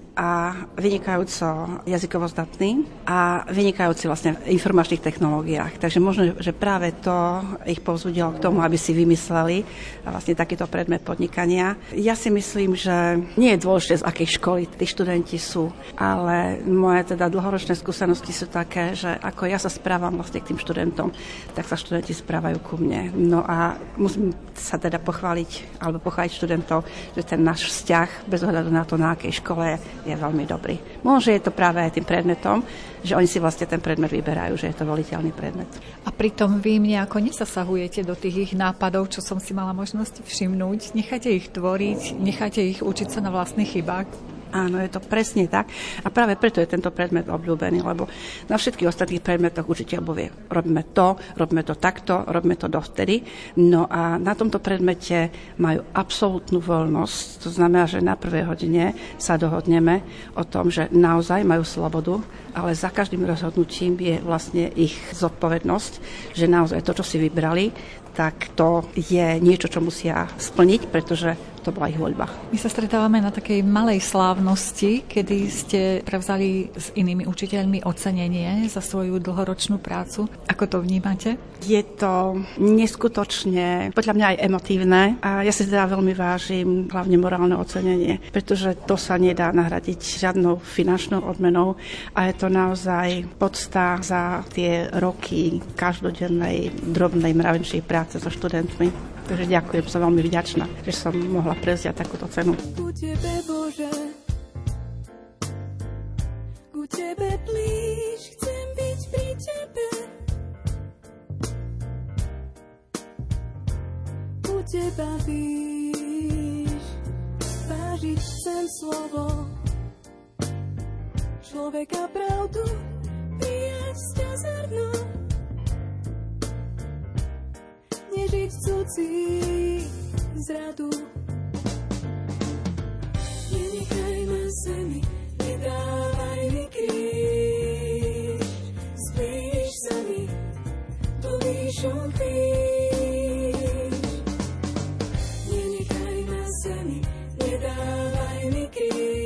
a vynikajúco jazykovo zdatní a vynikajúci vlastne v informačných technológiách. Takže možno, že práve to ich povzbudilo k tomu, aby si vymysleli vlastne takýto predmet podnikania. Ja si myslím, že nie je dôležité, z akej školy tí študenti sú, ale moje teda dlhoročné skúsenosti sú také, že ako ja sa správam vlastne k tým študentom, tak sa študenti správajú ku mne. No a musím sa teda pochváliť alebo pochváliť študentov, že ten náš vzťah bez ohľadu na to, na akej škole je veľmi dobrý. Možno, že je to práve aj tým predmetom, že oni si vlastne ten predmet vyberajú, že je to voliteľný predmet.
A pritom vy im nejako nesasahujete do tých ich nápadov, čo som si mala možnosť všimnúť. Necháte ich tvoriť, necháte ich učiť sa na vlastných chybách.
Áno, je to presne tak. A práve preto je tento predmet obľúbený, lebo na všetkých ostatných predmetoch učiteľ povie, robíme to, robíme to takto, robíme to dovtedy. No a na tomto predmete majú absolútnu voľnosť. To znamená, že na prvej hodine sa dohodneme o tom, že naozaj majú slobodu, ale za každým rozhodnutím je vlastne ich zodpovednosť, že naozaj to, čo si vybrali, tak to je niečo, čo musia splniť, pretože to bola ich voľba.
My sa stretávame na takej malej slávnosti, kedy ste prevzali s inými učiteľmi ocenenie za svoju dlhoročnú prácu. Ako to vnímate?
Je to neskutočne, podľa mňa aj emotívne a ja si teda veľmi vážim hlavne morálne ocenenie, pretože to sa nedá nahradiť žiadnou finančnou odmenou a je to naozaj podsta za tie roky každodennej drobnej mravenčej práce so študentmi. Takže ďakujem, som veľmi vďačná, že som mohla prevziať takúto cenu.
Ku tebe, Bože, ku tebe blíž, chcem byť pri tebe. U teba víš, vážiť chcem slovo, človeka pravdu, prijať ťa zrno. Nežiť cudzí zradu. Nenechaj ma zemi, nedávaj mi kríž. Splíš sa mi do výšok kríž. Nenechaj ma zemi, nedávaj mi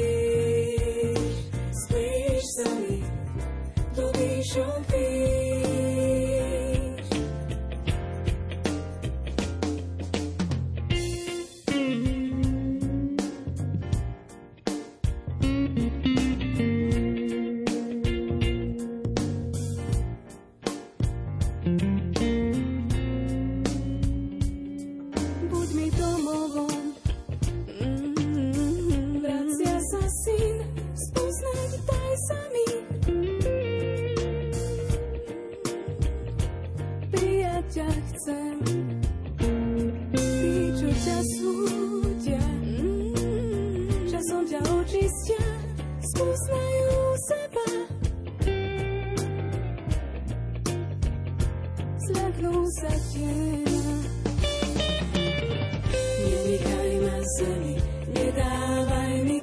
kríž. Splíš sa mi do výšok kríž. seba. Zľaknú sa teba. Nenechaj ma zemi, nedávaj mi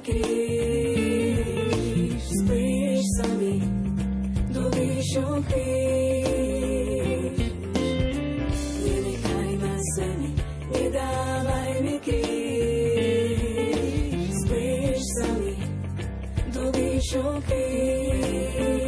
kríž. Spíš sa mi do výšok kríž. Nenechaj ma zemi, nedávaj mi kríž. Spíš sa mi do výšok kríž.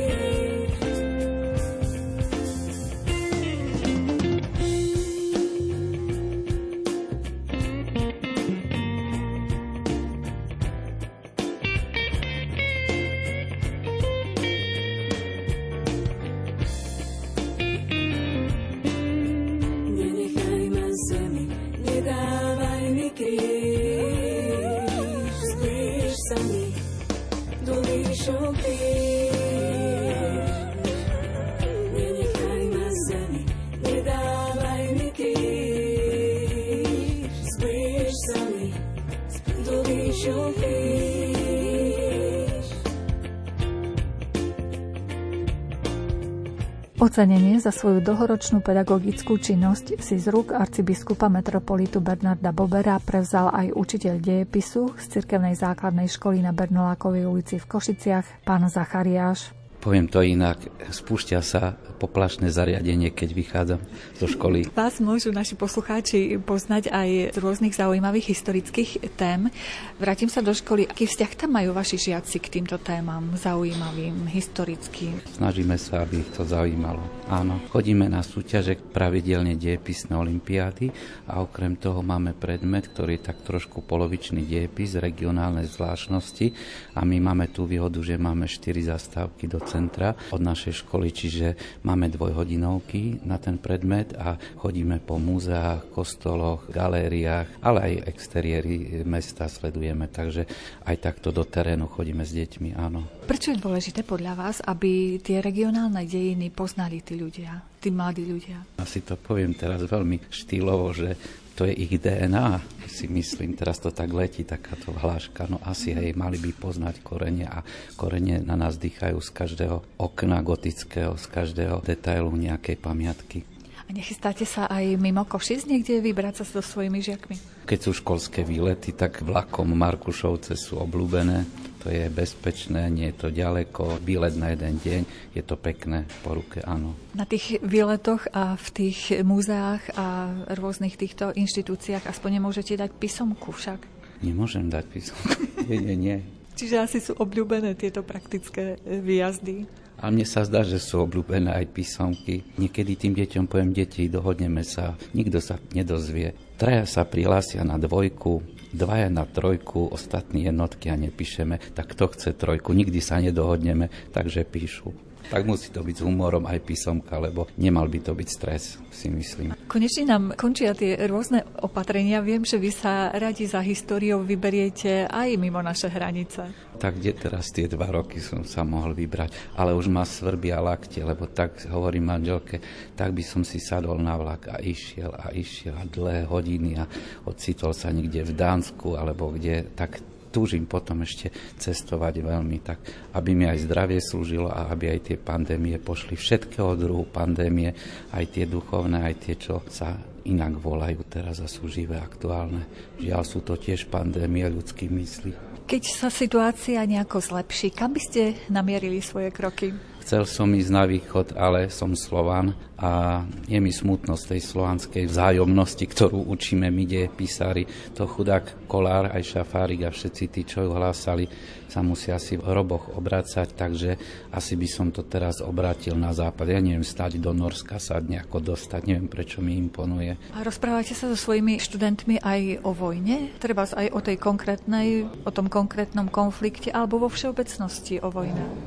Ocenenie za svoju dlhoročnú pedagogickú činnosť si z rúk arcibiskupa metropolitu Bernarda Bobera prevzal aj učiteľ dejepisu z cirkevnej základnej školy na Bernolákovej ulici v Košiciach, pán Zachariáš.
Poviem to inak, spúšťa sa poplašné zariadenie, keď vychádzam zo školy.
Vás môžu naši poslucháči poznať aj z rôznych zaujímavých historických tém. Vrátim sa do školy. Aký vzťah tam majú vaši žiaci k týmto témam zaujímavým, historickým?
Snažíme sa, aby ich to zaujímalo. Áno, chodíme na súťaže pravidelne dejepisné olympiády a okrem toho máme predmet, ktorý je tak trošku polovičný dejepis, regionálne zvláštnosti a my máme tú výhodu, že máme štyri zastávky do centra od našej školy, čiže máme dvojhodinovky na ten predmet a chodíme po múzeách, kostoloch, galériách, ale aj exteriéry mesta sledujeme, takže aj takto do terénu chodíme s deťmi, áno.
Prečo je dôležité podľa vás, aby tie regionálne dejiny poznali tí ľudia, tí mladí ľudia?
Asi to poviem teraz veľmi štýlovo, že to je ich dé en á, si myslím, teraz to tak letí, takáto hláška, no asi hej, mali by poznať korene a korene na nás dýchajú z každého okna gotického, z každého detailu nejakej pamiatky.
A nechystáte sa aj mimo Košic niekde vybrať sa so svojimi žiakmi?
Keď sú školské výlety, tak vlakom Markušovce sú obľúbené. To je bezpečné, nie je to ďaleko. Výlet na jeden deň, je to pekné po ruke, áno.
Na tých výletoch a v tých múzeách a rôznych týchto inštitúciách aspoň nemôžete dať písomku však?
Nemôžem dať písomku, nie, nie, nie.
Čiže asi sú obľúbené tieto praktické výjazdy.
A mne sa zdá, že sú obľúbené aj písomky. Niekedy tým deťom poviem, deti, dohodneme sa, nikto sa nedozvie. Traja sa prihlásia na dvojku, dvaja na trojku, ostatní jednotky a nepíšeme. Tak kto chce trojku, nikdy sa nedohodneme, takže píšu. Tak musí to byť s humorom aj písomka, lebo nemal by to byť stres, si myslím.
Konečne nám končia tie rôzne opatrenia. Viem, že vy sa radi za históriou vyberiete aj mimo naše hranice.
Tak kde teraz tie dva roky som sa mohol vybrať, ale už ma svrbia lakte, lebo tak hovorím manželke, tak by som si sadol na vlak a išiel a išiel a dlhé hodiny a ocitol sa niekde v Dánsku alebo kde, tak túžim potom ešte cestovať veľmi, tak aby mi aj zdravie slúžilo a aby aj tie pandémie pošli všetkého druhu pandémie, aj tie duchovné, aj tie, čo sa inak volajú teraz a sú živé, aktuálne. Žiaľ, sú to tiež pandémie ľudských myslí.
Keď sa situácia nejako zlepší, kam by ste namierili svoje kroky?
Chcel som ísť na východ, ale som Slovan a je mi smutno z tej slovanskej vzájomnosti, ktorú učíme my, dejepísári. To chudák Kolár, aj Šafárik a všetci tí, čo ju hlásali, sa musia asi v hroboch obracať, takže asi by som to teraz obrátil na západ. Ja neviem, stať do Norska sa nejako dostať, neviem, prečo mi imponuje.
A rozprávate sa so svojimi študentmi aj o vojne? Treba aj o tej konkrétnej, o tom konkrétnom konflikte, alebo vo všeobecnosti o vojne?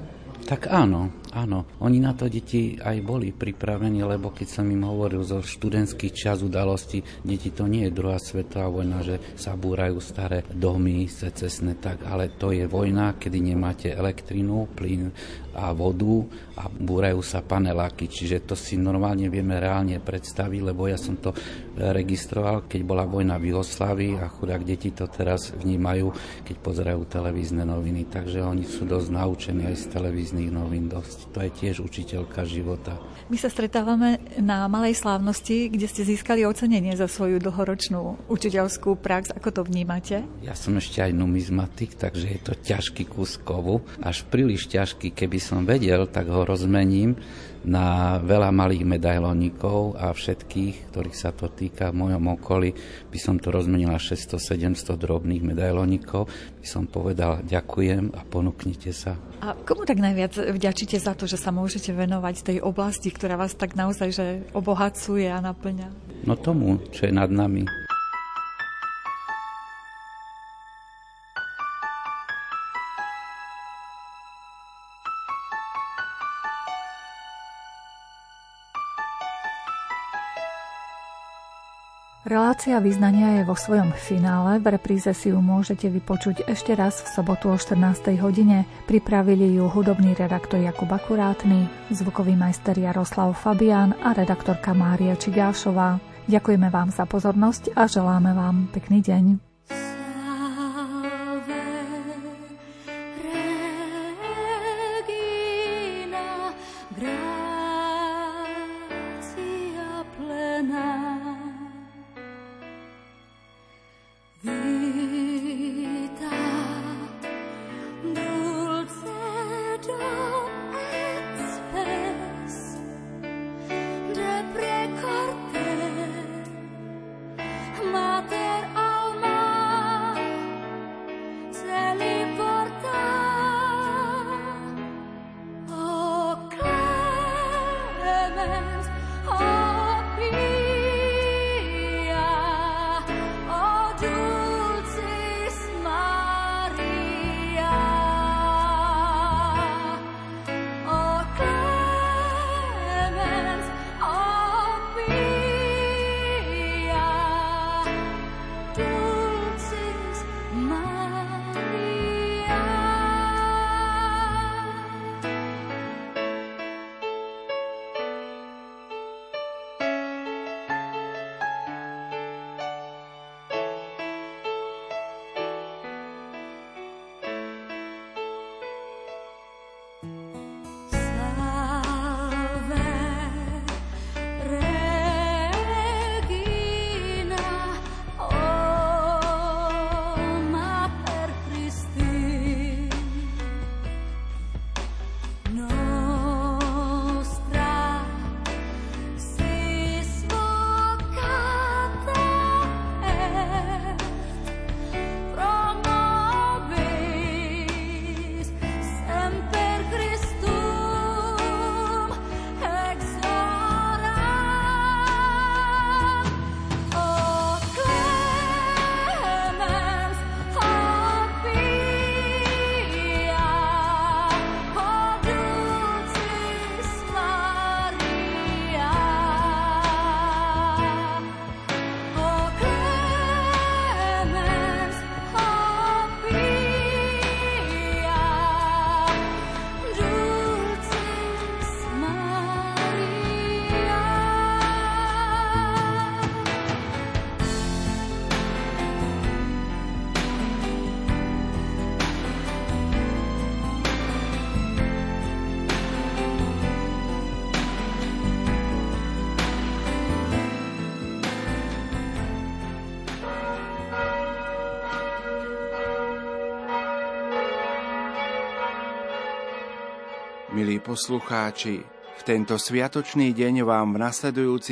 Tak áno, áno. Oni na to deti aj boli pripravení, lebo keď som im hovoril zo študentských čas udalostí, deti, to nie je druhá svetová vojna, že sa búrajú staré domy secesné, tak, ale to je vojna, kedy nemáte elektrinu, plyn a vodu a búrajú sa paneláky. Čiže to si normálne vieme reálne predstaviť, lebo ja som to registroval, keď bola vojna v Jugoslávii a chudák deti to teraz vnímajú, keď pozerajú televízne noviny. Takže oni sú dosť naučení aj z televíznych novín dosť. To je tiež učiteľka života.
My sa stretávame na Malej Slávnosti, kde ste získali ocenenie za svoju dlhoročnú učiteľskú prax. Ako to vnímate?
Ja som ešte aj numizmatik, takže je to ťažký kus kovu. Až príliš ťažký, keby som vedel, tak ho rozmením na veľa malých medailónikov a všetkých, ktorých sa to týka v mojom okolí, by som to rozmenil na šesťsto sedemsto drobných medailónikov. By som povedal ďakujem a ponúknite sa.
A komu tak najviac vďačíte za to, že sa môžete venovať tej oblasti, ktorá vás tak naozaj že obohacuje a naplňa?
No tomu, čo je nad nami.
Relácia Vyznania je vo svojom finále, v repríze si ju môžete vypočuť ešte raz v sobotu o štrnástej hodine. Pripravili ju hudobný redaktor Jakub Akurátny, zvukový majster Jaroslav Fabián a redaktorka Mária Čigášová. Ďakujeme vám za pozornosť a želáme vám pekný deň.
Milí poslucháči, v tento sviatočný deň vám v nasledujúci